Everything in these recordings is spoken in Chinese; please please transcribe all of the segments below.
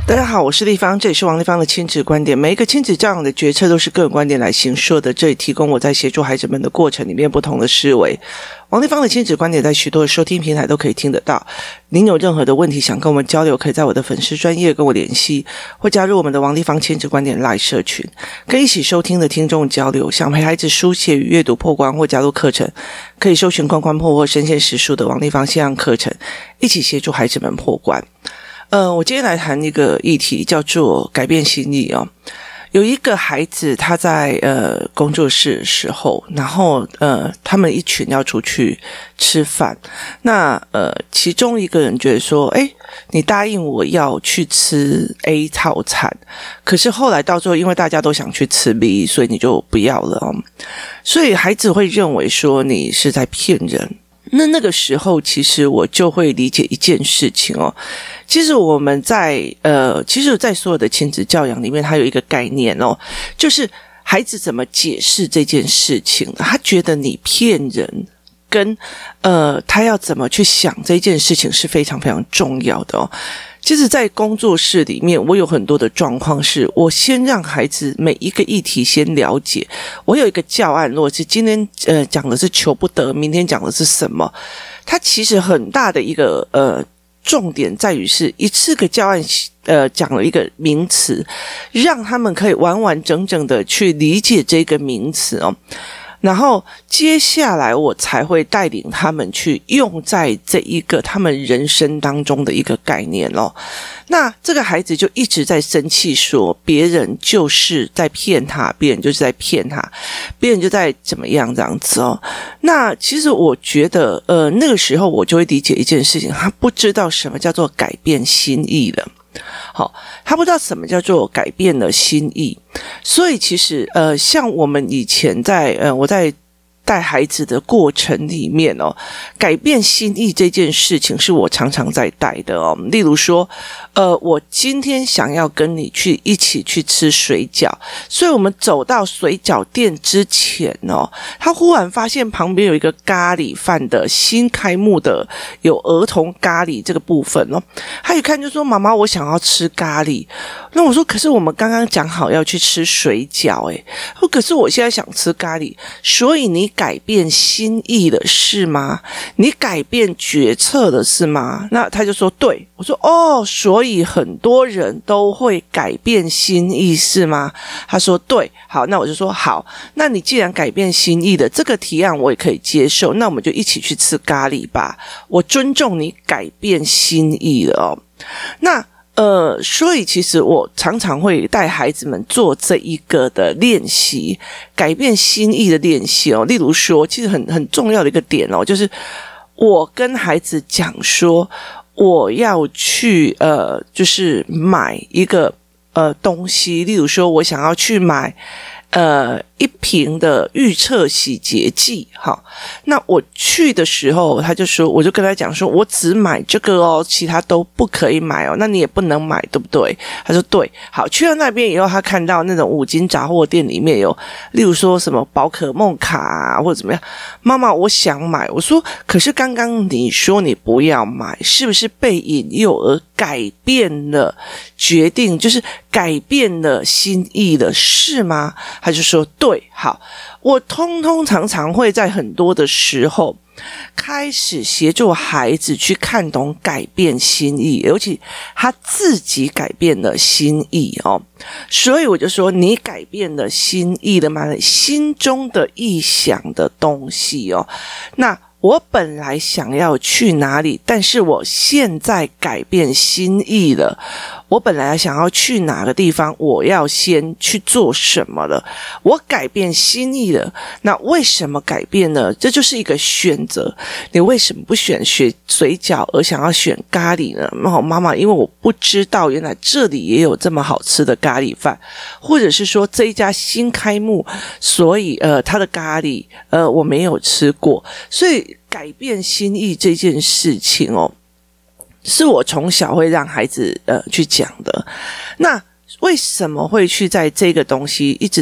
大家好，我是立方，这里是王立方的亲子观点。每一个亲子教养的决策都是个人观点来形设的，这里提供我在协助孩子们的过程里面不同的思维。王立方的亲子观点在许多的收听平台都可以听得到。您有任何的问题想跟我们交流，可以在我的粉丝专页跟我联系，或加入我们的王立方亲子观点 LINE 社群，跟一起收听的听众交流。想陪孩子书写与阅读破关或加入课程，可以搜寻关关破或身先实数的王立方线上课程，一起协助孩子们破关。我今天来谈一个议题，叫做改变心意哦。有一个孩子，他在工作室的时候，然后他们一群要出去吃饭，那其中一个人觉得说，你答应我要去吃 A 套餐，可是后来到最后，因为大家都想去吃 B， 所以你就不要了哦。所以孩子会认为说你是在骗人。那个时候，其实我就会理解一件事情哦。其实我们在所有的亲子教养里面，它有一个概念哦，就是孩子怎么解释这件事情，他觉得你骗人，跟他要怎么去想这件事情是非常非常重要的哦。其实在工作室里面，我有很多的状况是，我先让孩子每一个议题先了解。我有一个教案，如果是今天讲的是求不得，明天讲的是什么，它其实很大的一个重点在于是一次个教案讲了一个名词，让他们可以完完整整的去理解这个名词哦。然后接下来我才会带领他们去用在这一个他们人生当中的一个概念哦。那这个孩子就一直在生气说别人就是在骗他，别人就是在骗他，别人就在怎么样这样子哦。那其实我觉得那个时候我就会理解一件事情，他不知道什么叫做改变心意了。好，他不知道什么叫做改变了心意，所以其实像我们以前我在带孩子的过程里面哦，改变心意这件事情是我常常在带的哦。例如说，我今天想要跟你一起去吃水饺，所以我们走到水饺店之前哦，他忽然发现旁边有一个咖喱饭的新开幕的有儿童咖喱这个部分哦，他一看就说：“妈妈，我想要吃咖喱。”那我说：“可是我们刚刚讲好要去吃水饺，可是我现在想吃咖喱，所以你改变心意了是吗？你改变决策了是吗？”那他就说对。我说哦，所以很多人都会改变心意是吗？他说对。好，那我就说好，那你既然改变心意的这个提案我也可以接受，那我们就一起去吃咖喱吧，我尊重你改变心意了哦。那所以其实我常常会带孩子们做这一个的练习，改变心意的练习哦。例如说，其实很重要的一个点哦，就是我跟孩子讲说，我要去就是买一个东西，例如说我想要去买一瓶的预测洗洁剂，好，那我去的时候，他就说，我就跟他讲说，我只买这个哦，其他都不可以买哦，那你也不能买，对不对？他说对。好，去到那边以后，他看到那种五金杂货店里面有，例如说什么宝可梦卡啊，或者怎么样，妈妈，我想买。我说，可是刚刚你说你不要买，是不是被引诱而改变了决定，就是改变了心意了，是吗？他就说对。好，我通常会在很多的时候开始协助孩子去看懂改变心意，尤其他自己改变了心意哦。所以我就说，你改变了心意了吗？心中的臆想的东西哦。那我本来想要去哪里，但是我现在改变心意了。我本来想要去哪个地方，我要先去做什么了？我改变心意了。那为什么改变呢？这就是一个选择。你为什么不选水饺，而想要选咖喱呢？妈妈，因为我不知道原来这里也有这么好吃的咖喱饭，或者是说这一家新开幕，所以它的咖喱我没有吃过，所以改变心意这件事情哦，是我从小会让孩子去讲的。那为什么会去在这个东西一直在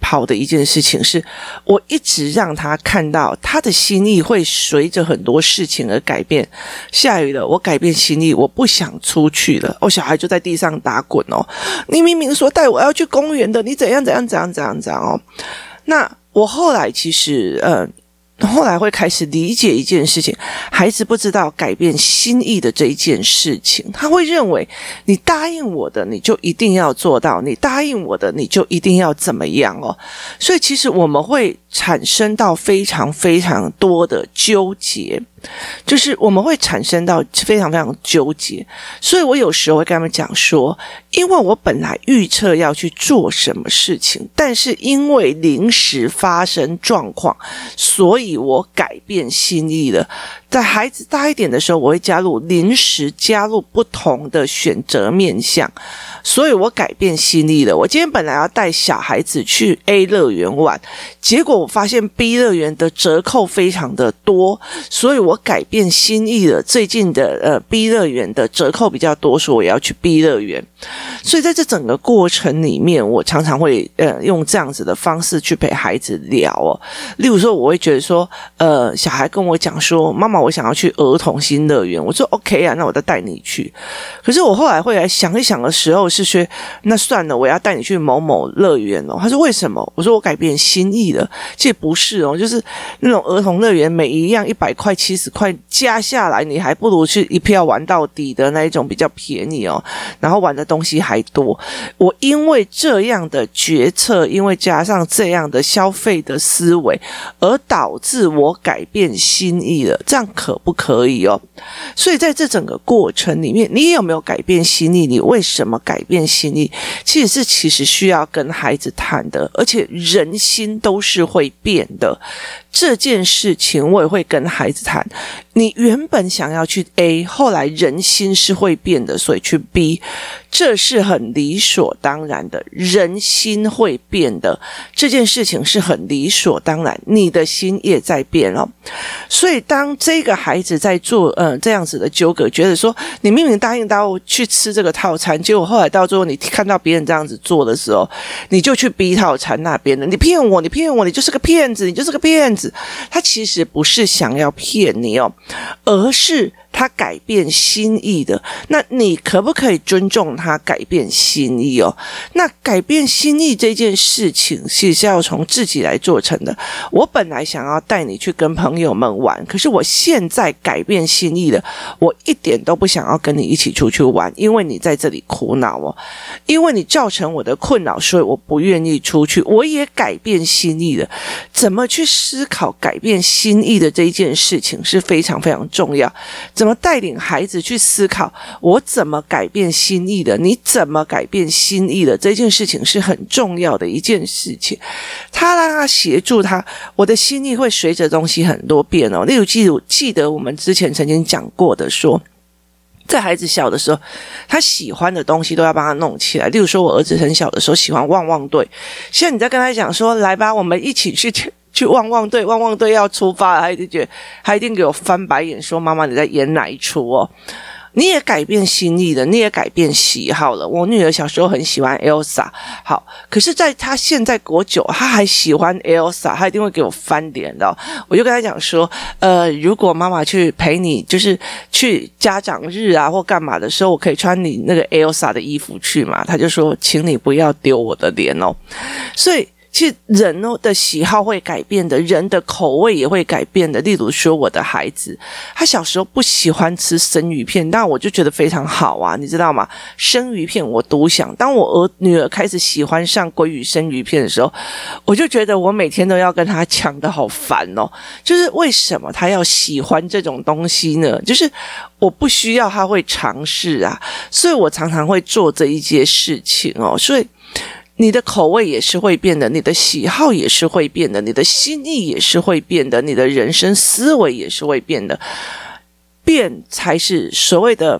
跑的一件事情是，我一直让他看到他的心意会随着很多事情而改变。下雨了，我改变心意，我不想出去了，小孩就在地上打滚哦。你明明说带我要去公园的，你怎样哦。那我后来其实后来会开始理解一件事情，孩子不知道改变心意的这一件事情，他会认为你答应我的你就一定要做到，你答应我的你就一定要怎么样哦。所以其实我们会产生到非常非常多的纠结，就是我们会产生到非常非常纠结。所以我有时候会跟他们讲说，因为我本来预测要去做什么事情，但是因为临时发生状况，所以我改变心意了。在孩子大一点的时候，我会临时加入不同的选择面向，所以我改变心意了。我今天本来要带小孩子去 A 乐园玩，结果我发现 B 乐园的折扣非常的多，所以我改变心意了。最近的B 乐园的折扣比较多，所以我要去 B 乐园。所以在这整个过程里面，我常常会用这样子的方式去陪孩子聊哦。例如说，我会觉得说，小孩跟我讲说，妈妈，我想要去儿童新乐园。我说 OK 啊，那我再带你去。可是我后来会来想一想的时候，是说那算了，我要带你去某某乐园哦。他说为什么？我说我改变心意了。其实不是哦，就是那种儿童乐园，每一样100块、70块加下来，你还不如去一票玩到底的那一种比较便宜哦，然后玩的东西还多。我因为这样的决策，因为加上这样的消费的思维，而导致我改变心意了，这样可不可以哦？所以在这整个过程里面，你有没有改变心意？你为什么改变心意？其实需要跟孩子谈的，而且人心都是会变的。这件事情我也会跟孩子谈，你原本想要去 A， 后来人心是会变的，所以去 B， 这是很理所当然的。人心会变的这件事情是很理所当然，你的心也在变哦。所以当这个孩子在做这样子的纠葛，觉得说你明明答应到去吃这个套餐，结果后来到最后你看到别人这样子做的时候，你就去 B 套餐那边了，你骗我，你就是个骗子，你就是个骗子。他其实不是想要骗你哦，而是他改变心意的。那你可不可以尊重他改变心意哦？那改变心意这件事情其实是要从自己来做成的。我本来想要带你去跟朋友们玩，可是我现在改变心意了，我一点都不想要跟你一起出去玩，因为你在这里苦恼哦，因为你造成我的困扰，所以我不愿意出去。我也改变心意了。怎么去思考改变心意的这一件事情是非常非常重要。怎么带领孩子去思考我怎么改变心意的，你怎么改变心意的，这件事情是很重要的一件事情。他让他协助他，我的心意会随着东西很多变哦。例如记得我们之前曾经讲过的说，在孩子小的时候，他喜欢的东西都要帮他弄起来。例如说我儿子很小的时候喜欢汪汪队，现在你在跟他讲说来吧，我们一起去汪汪队，汪汪队要出发了，他一定给我翻白眼说妈妈你在演哪一出哦。你也改变心意了，你也改变喜好了。我女儿小时候很喜欢 Elsa， 好，可是在她现在国9，她还喜欢 Elsa， 她一定会给我翻脸的哦。我就跟她讲说，如果妈妈去陪你，就是去家长日啊或干嘛的时候，我可以穿你那个 Elsa 的衣服去嘛？她就说，请你不要丢我的脸哦。所以其实人的喜好会改变的，人的口味也会改变的。例如说我的孩子，他小时候不喜欢吃生鱼片，但我就觉得非常好啊，你知道吗？生鱼片我独享。当我女儿开始喜欢上鲑鱼生鱼片的时候，我就觉得我每天都要跟她讲的好烦哦。就是为什么她要喜欢这种东西呢？就是我不需要她会尝试啊，所以我常常会做这一些事情哦。所以你的口味也是会变的，你的喜好也是会变的，你的心意也是会变的，你的人生思维也是会变的。变才是所谓的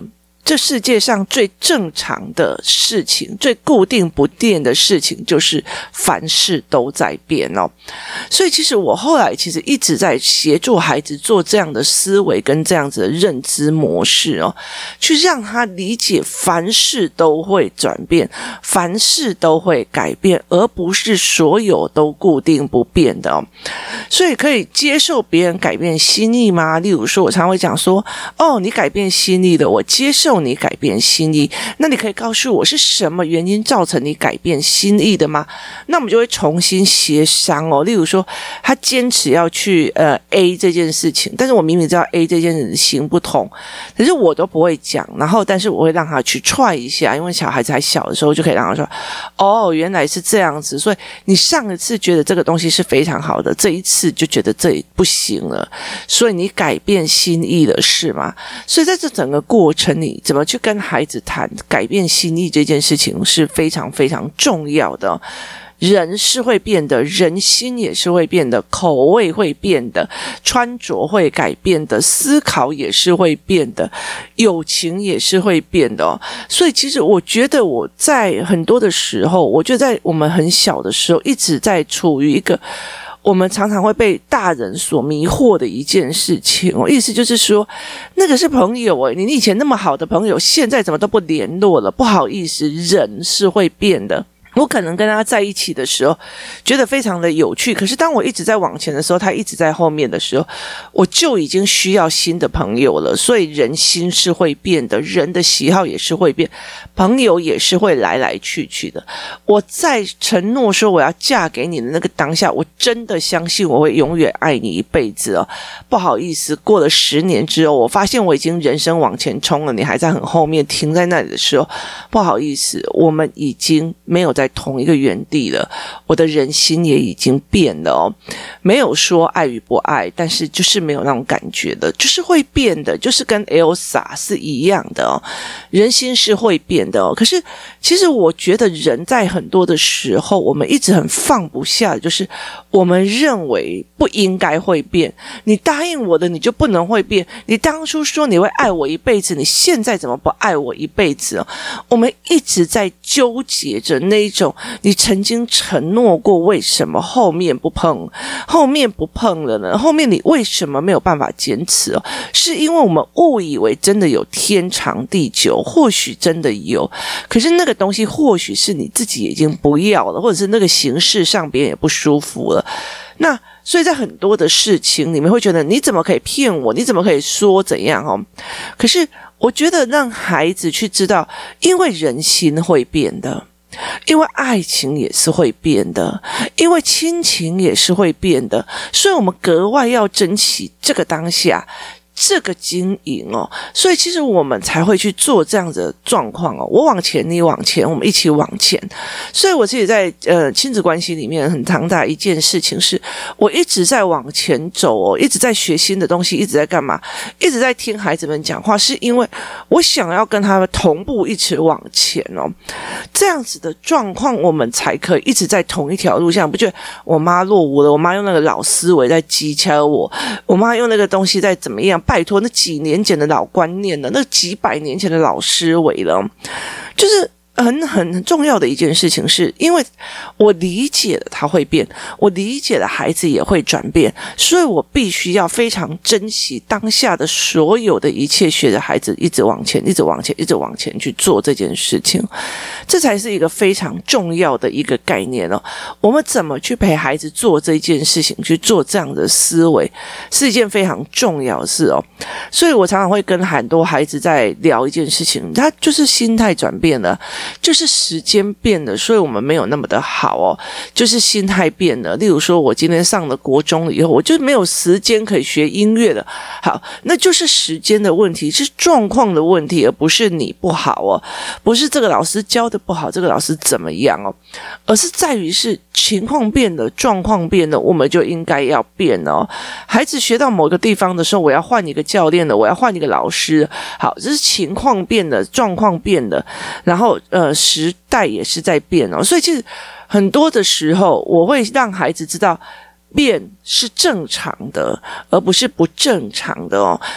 这世界上最正常的事情，最固定不变的事情，就是凡事都在变哦。所以其实我后来其实一直在协助孩子做这样的思维跟这样子的认知模式哦，去让他理解凡事都会转变，凡事都会改变，而不是所有都固定不变的哦。所以可以接受别人改变心意吗？例如说我常会讲说，哦，你改变心意了，我接受你改变心意，那你可以告诉我是什么原因造成你改变心意的吗？那我们就会重新协商哦。例如说他坚持要去A 这件事情，但是我明明知道 A 这件事行不通，可是我都不会讲，然后但是我会让他去try一下，因为小孩子还小的时候就可以让他说，哦，原来是这样子，所以你上一次觉得这个东西是非常好的，这一次就觉得这里不行了，所以你改变心意了是吗？所以在这整个过程你怎么去跟孩子谈改变心意这件事情是非常非常重要的哦。人是会变的，人心也是会变的，口味会变的，穿着会改变的，思考也是会变的，友情也是会变的哦。所以其实我觉得我在很多的时候，我就在我们很小的时候一直在处于一个我们常常会被大人所迷惑的一件事情哦，意思就是说，那个是朋友诶，你以前那么好的朋友，现在怎么都不联络了？不好意思，人是会变的。我可能跟他在一起的时候觉得非常的有趣，可是当我一直在往前的时候，他一直在后面的时候，我就已经需要新的朋友了。所以人心是会变的，人的喜好也是会变，朋友也是会来来去去的。我在承诺说我要嫁给你的那个当下，我真的相信我会永远爱你一辈子哦。不好意思，过了10年之后，我发现我已经人生往前冲了，你还在很后面停在那里的时候，不好意思，我们已经没有在同一个原地了，我的人心也已经变了哦。没有说爱与不爱，但是就是没有那种感觉的，就是会变的，就是跟 Elsa 是一样的哦。人心是会变的哦。可是其实我觉得人在很多的时候，我们一直很放不下的，就是我们认为不应该会变。你答应我的，你就不能会变。你当初说你会爱我一辈子，你现在怎么不爱我一辈子哦？我们一直在纠结着那一种你曾经承诺过，为什么后面不碰了呢？后面你为什么没有办法坚持哦？是因为我们误以为真的有天长地久，或许真的有，可是那个东西或许是你自己已经不要了，或者是那个形式上别人也不舒服了。那所以在很多的事情你们会觉得你怎么可以骗我，你怎么可以说怎样哦？可是我觉得让孩子去知道，因为人心会变的，因为爱情也是会变的，因为亲情也是会变的，所以我们格外要珍惜这个当下，这个经营哦。所以其实我们才会去做这样子的状况哦，我往前你往前，我们一起往前。所以我自己在亲子关系里面很常大一件事情是，我一直在往前走哦，一直在学新的东西，一直在干嘛，一直在听孩子们讲话，是因为我想要跟他们同步一起往前哦。这样子的状况我们才可以一直在同一条路上。不觉得我妈落伍了，我妈用那个老思维在击敲我，我妈用那个东西在怎么样，拜托，那几年前的老观念了，那几百年前的老思维了，就是很重要的一件事情，是因为我理解了他会变，我理解了孩子也会转变，所以我必须要非常珍惜当下的所有的一切，学着孩子一直往前一直往前一直往前去做这件事情，这才是一个非常重要的一个概念哦。我们怎么去陪孩子做这件事情，去做这样的思维，是一件非常重要的事哦。所以我常常会跟很多孩子在聊一件事情，他就是心态转变了，就是时间变了，所以我们没有那么的好哦，就是心态变了。例如说我今天上了国中了以后，我就没有时间可以学音乐了，好，那就是时间的问题，是状况的问题，而不是你不好哦，不是这个老师教的不好，这个老师怎么样哦，而是在于是情况变了，状况变了，我们就应该要变哦。孩子学到某个地方的时候，我要换一个教练了，我要换一个老师，好，这是情况变了，状况变了，然后时代也是在变哦。所以其实很多的时候我会让孩子知道变是正常的，而不是不正常的哦。那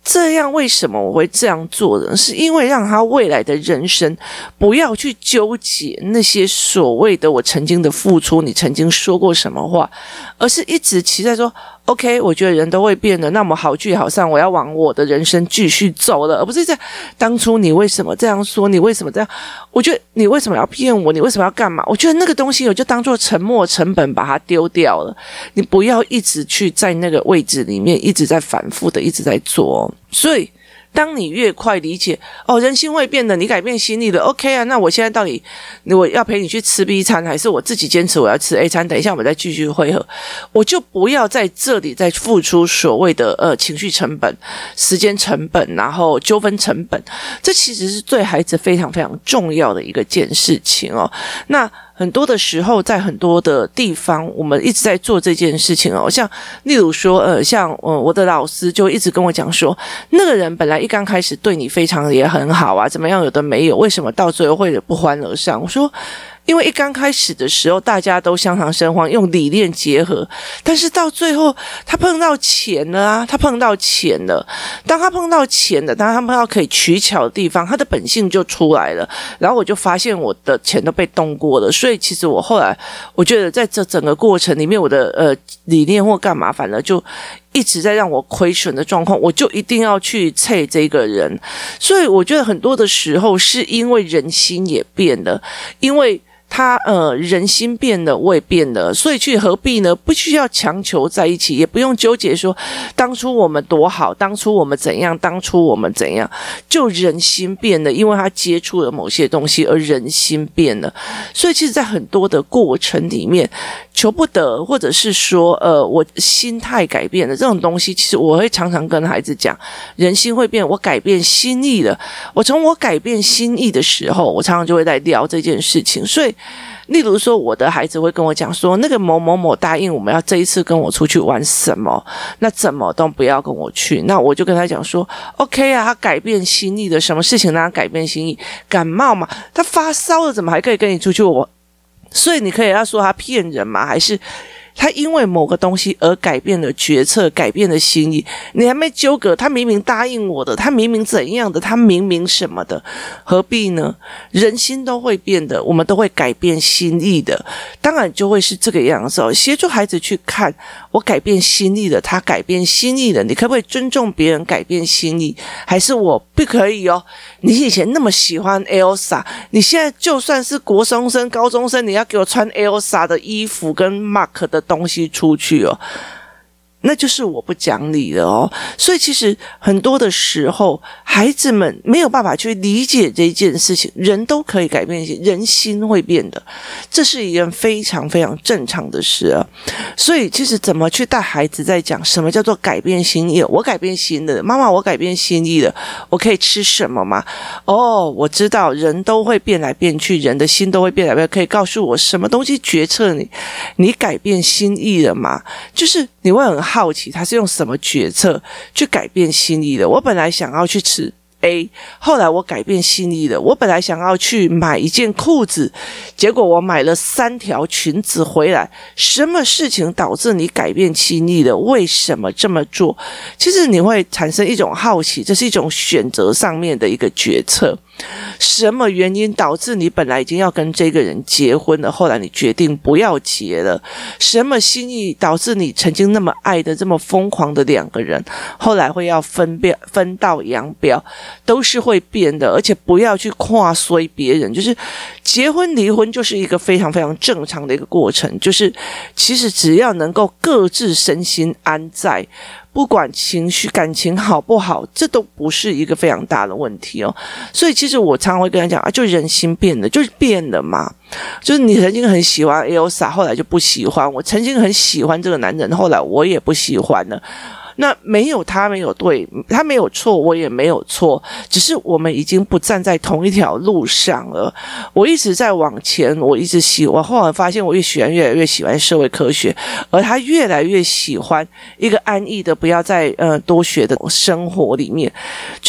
这样为什么我会这样做呢？是因为让他未来的人生不要去纠结那些所谓的我曾经的付出，你曾经说过什么话，而是一直期待说 OK， 我觉得人都会变的，那么好聚好散，我要往我的人生继续走了，而不是在当初你为什么这样说，你为什么这样，我觉得你为什么要骗我，你为什么要干嘛，我觉得那个东西我就当做沉没成本把它丢掉了，你不要一直去在那个位置里面一直在反复的一直在做。所以当你越快理解人心会变的，你改变心意了 OK 啊，那我现在到底我要陪你去吃 B 餐，还是我自己坚持我要吃 A 餐，等一下我们再继续会合，我就不要在这里再付出所谓的情绪成本、时间成本，然后纠纷成本，这其实是对孩子非常非常重要的一个件事情哦。那很多的时候在很多的地方我们一直在做这件事情哦，像例如说像我的老师就一直跟我讲说，那个人本来一刚开始对你非常也很好啊，怎么样有的没有，为什么到最后会不欢而散？我说因为一刚开始的时候大家都相谈甚欢，用理念结合，但是到最后他碰到钱了啊，他碰到钱了，当他碰到钱了，当他碰到可以取巧的地方，他的本性就出来了，然后我就发现我的钱都被动过了。所以其实我后来我觉得在这整个过程里面，我的理念或干嘛，反而就一直在让我亏损的状况，我就一定要去测这个人。所以我觉得很多的时候是因为人心也变了，因为他人心变了，我也变了，所以去何必呢？不需要强求在一起，也不用纠结说当初我们多好，当初我们怎样，当初我们怎样，就人心变了，因为他接触了某些东西而人心变了。所以其实在很多的过程里面，求不得，或者是说我心态改变了这种东西，其实我会常常跟孩子讲，人心会变，我改变心意了，我从我改变心意的时候，我常常就会在聊这件事情。所以例如说我的孩子会跟我讲说，那个某某某答应我们要这一次跟我出去玩什么，那怎么都不要跟我去，那我就跟他讲说 OK 啊，他改变心意的，什么事情让他改变心意？感冒嘛，他发烧了怎么还可以跟你出去？所以你可以要说他骗人吗？还是他因为某个东西而改变了决策，改变了心意？你还没纠葛，他明明答应我的，他明明怎样的，他明明什么的，何必呢？人心都会变的，我们都会改变心意的，当然就会是这个样子哦。协助孩子去看，我改变心意了，他改变心意了，你可不可以尊重别人改变心意？还是我不可以哦？你以前那么喜欢 Elsa， 你现在就算是国中生、高中生，你要给我穿 Elsa 的衣服跟 Mark 的东西出去哦，那就是我不讲理了哦。所以其实很多的时候孩子们没有办法去理解这件事情，人都可以改变，人心会变的，这是一件非常非常正常的事啊。所以其实怎么去带孩子，在讲什么叫做改变心意，我改变心了，妈妈我改变心意了，我可以吃什么吗？我知道人都会变来变去，人的心都会变来变去，可以告诉我什么东西决策你改变心意了吗？就是你会很好奇他是用什么决策去改变心意的。我本来想要去吃 A， 后来我改变心意了。我本来想要去买一件裤子，结果我买了3条裙子回来。什么事情导致你改变心意了？为什么这么做？其实你会产生一种好奇，这是一种选择上面的一个决策。什么原因导致你本来已经要跟这个人结婚了，后来你决定不要结了？什么心意导致你曾经那么爱的这么疯狂的2个人，后来会要分道扬镳？都是会变的，而且不要去跨衰别人。就是结婚离婚就是一个非常非常正常的一个过程，就是其实只要能够各自身心安在，不管情绪感情好不好，这都不是一个非常大的问题哦。所以其实我常常会跟他讲就人心变了，就是变了嘛。就是你曾经很喜欢 Elsa， 后来就不喜欢。我曾经很喜欢这个男人，后来我也不喜欢了。那没有他没有对，他没有错，我也没有错，只是我们已经不站在同一条路上了。我一直在往前，我后来发现我越来越喜欢社会科学，而他越来越喜欢一个安逸的不要再多学的生活里面。就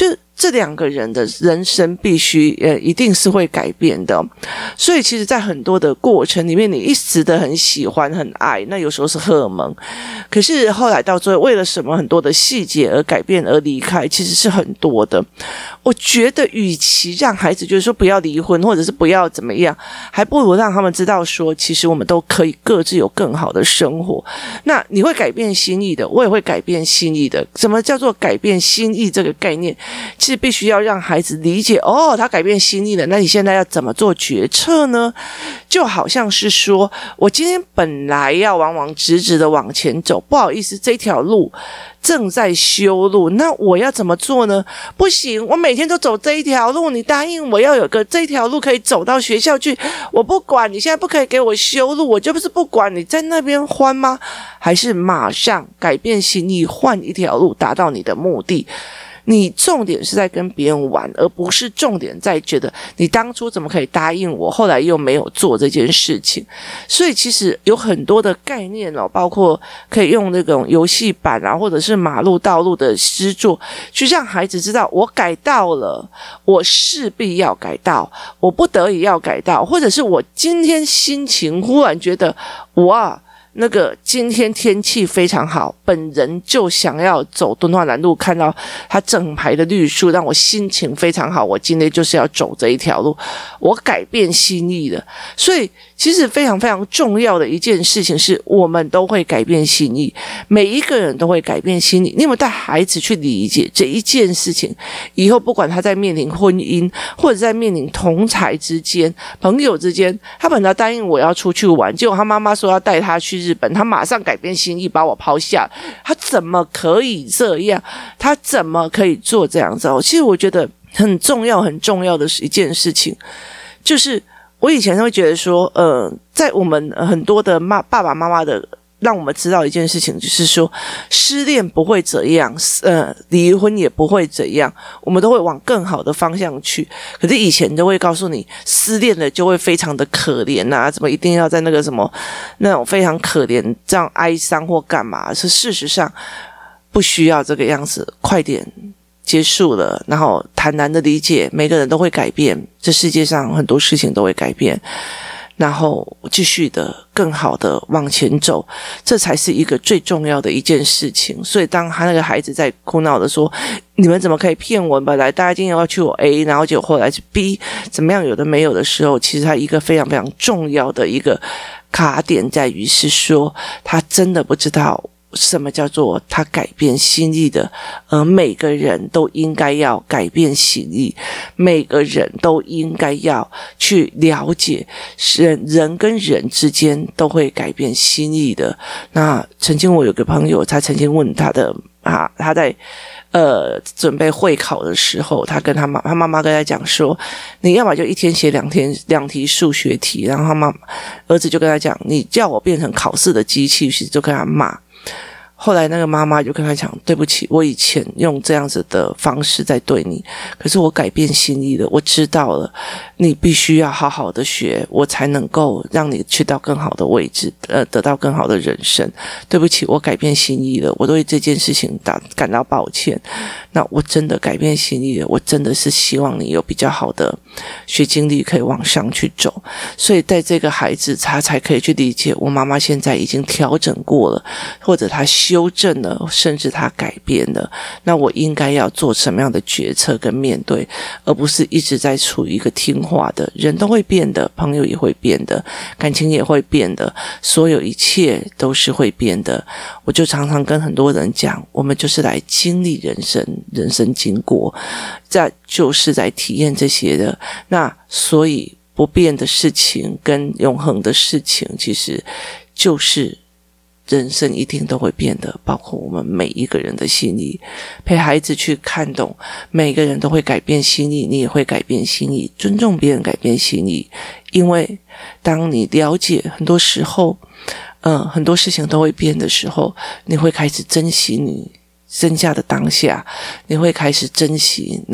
这两个人的人生必须一定是会改变的。所以其实在很多的过程里面，你一时的很喜欢很爱，那有时候是荷尔蒙，可是后来到最后为了什么很多的细节而改变而离开，其实是很多的。我觉得与其让孩子觉得说不要离婚或者是不要怎么样，还不如让他们知道说其实我们都可以各自有更好的生活。那你会改变心意的，我也会改变心意的。什么叫做改变心意这个概念，其实必须要让孩子理解，他改变心意了，那你现在要怎么做决策呢？就好像是说我今天本来要往往直直的往前走，不好意思，这条路正在修路，那我要怎么做呢？不行，我每天都走这一条路，你答应我要有个这条路可以走到学校去，我不管，你现在不可以给我修路，我就不是不管你在那边欢吗？还是马上改变心意，换一条路达到你的目的？你重点是在跟别人玩，而不是重点在觉得你当初怎么可以答应我，后来又没有做这件事情。所以其实有很多的概念包括可以用那种游戏板啊，或者是马路道路的施作，去让孩子知道我改道了，我势必要改道，我不得已要改道，或者是我今天心情忽然觉得那个今天天气非常好，本人就想要走敦化南路，看到它整排的绿树，让我心情非常好，我今天就是要走这一条路，我改变心意了。所以其实非常非常重要的一件事情是，我们都会改变心意，每一个人都会改变心意。你有没有带孩子去理解这一件事情？以后不管他在面临婚姻，或者在面临同侪之间、朋友之间，他本来答应我要出去玩，结果他妈妈说要带他去日本，他马上改变心意把我抛下，他怎么可以这样？他怎么可以做这样子？其实我觉得很重要很重要的一件事情，就是我以前会觉得说在我们很多的爸爸妈妈的让我们知道一件事情，就是说失恋不会怎样，离婚也不会怎样，我们都会往更好的方向去。可是以前都会告诉你，失恋了就会非常的可怜啊，怎么一定要在那个什么那种非常可怜这样哀伤或干嘛？是事实上不需要这个样子，快点结束了，然后坦然的理解，每个人都会改变，这世界上很多事情都会改变。然后继续的更好的往前走，这才是一个最重要的一件事情。所以当他那个孩子在哭闹的说，你们怎么可以骗我？本来大家今天要去我 A， 然后结果后来是 B， 怎么样有的没有的时候，其实他一个非常非常重要的一个卡点在于是说，他真的不知道什么叫做他改变心意的，而每个人都应该要改变心意，每个人都应该要去了解人跟人之间都会改变心意的。那曾经我有个朋友，他曾经问他在准备会考的时候，他妈妈跟他讲说，你要么就一天写两题数学题，然后儿子就跟他讲，你叫我变成考试的机器，就跟他骂。后来那个妈妈就跟他讲，对不起，我以前用这样子的方式在对你，可是我改变心意了，我知道了，你必须要好好的学，我才能够让你去到更好的位置，得到更好的人生。对不起，我改变心意了，我对这件事情感到抱歉。那我真的改变心意了，我真的是希望你有比较好的学经历可以往上去走。所以在这个孩子他才可以去理解，我妈妈现在已经调整过了，或者他修正了，甚至他改变了，那我应该要做什么样的决策跟面对，而不是一直在处于一个听话的。人都会变的，朋友也会变的，感情也会变的，所有一切都是会变的。我就常常跟很多人讲，我们就是来经历人生经过，这就是在体验这些的。那所以不变的事情跟永恒的事情，其实就是人生一定都会变的，包括我们每一个人的心意。陪孩子去看懂，每个人都会改变心意，你也会改变心意，尊重别人改变心意。因为当你了解很多时候很多事情都会变的时候，你会开始珍惜你剩下的当下，你会开始珍惜那个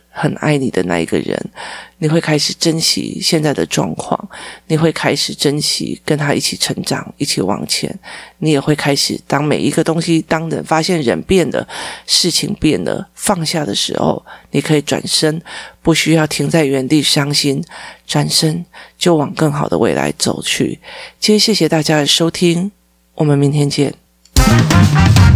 很爱你的那一个人，你会开始珍惜现在的状况，你会开始珍惜跟他一起成长，一起往前。你也会开始，当每一个东西，当人发现人变了，事情变了，放下的时候，你可以转身，不需要停在原地伤心，转身就往更好的未来走去。今天谢谢大家的收听，我们明天见。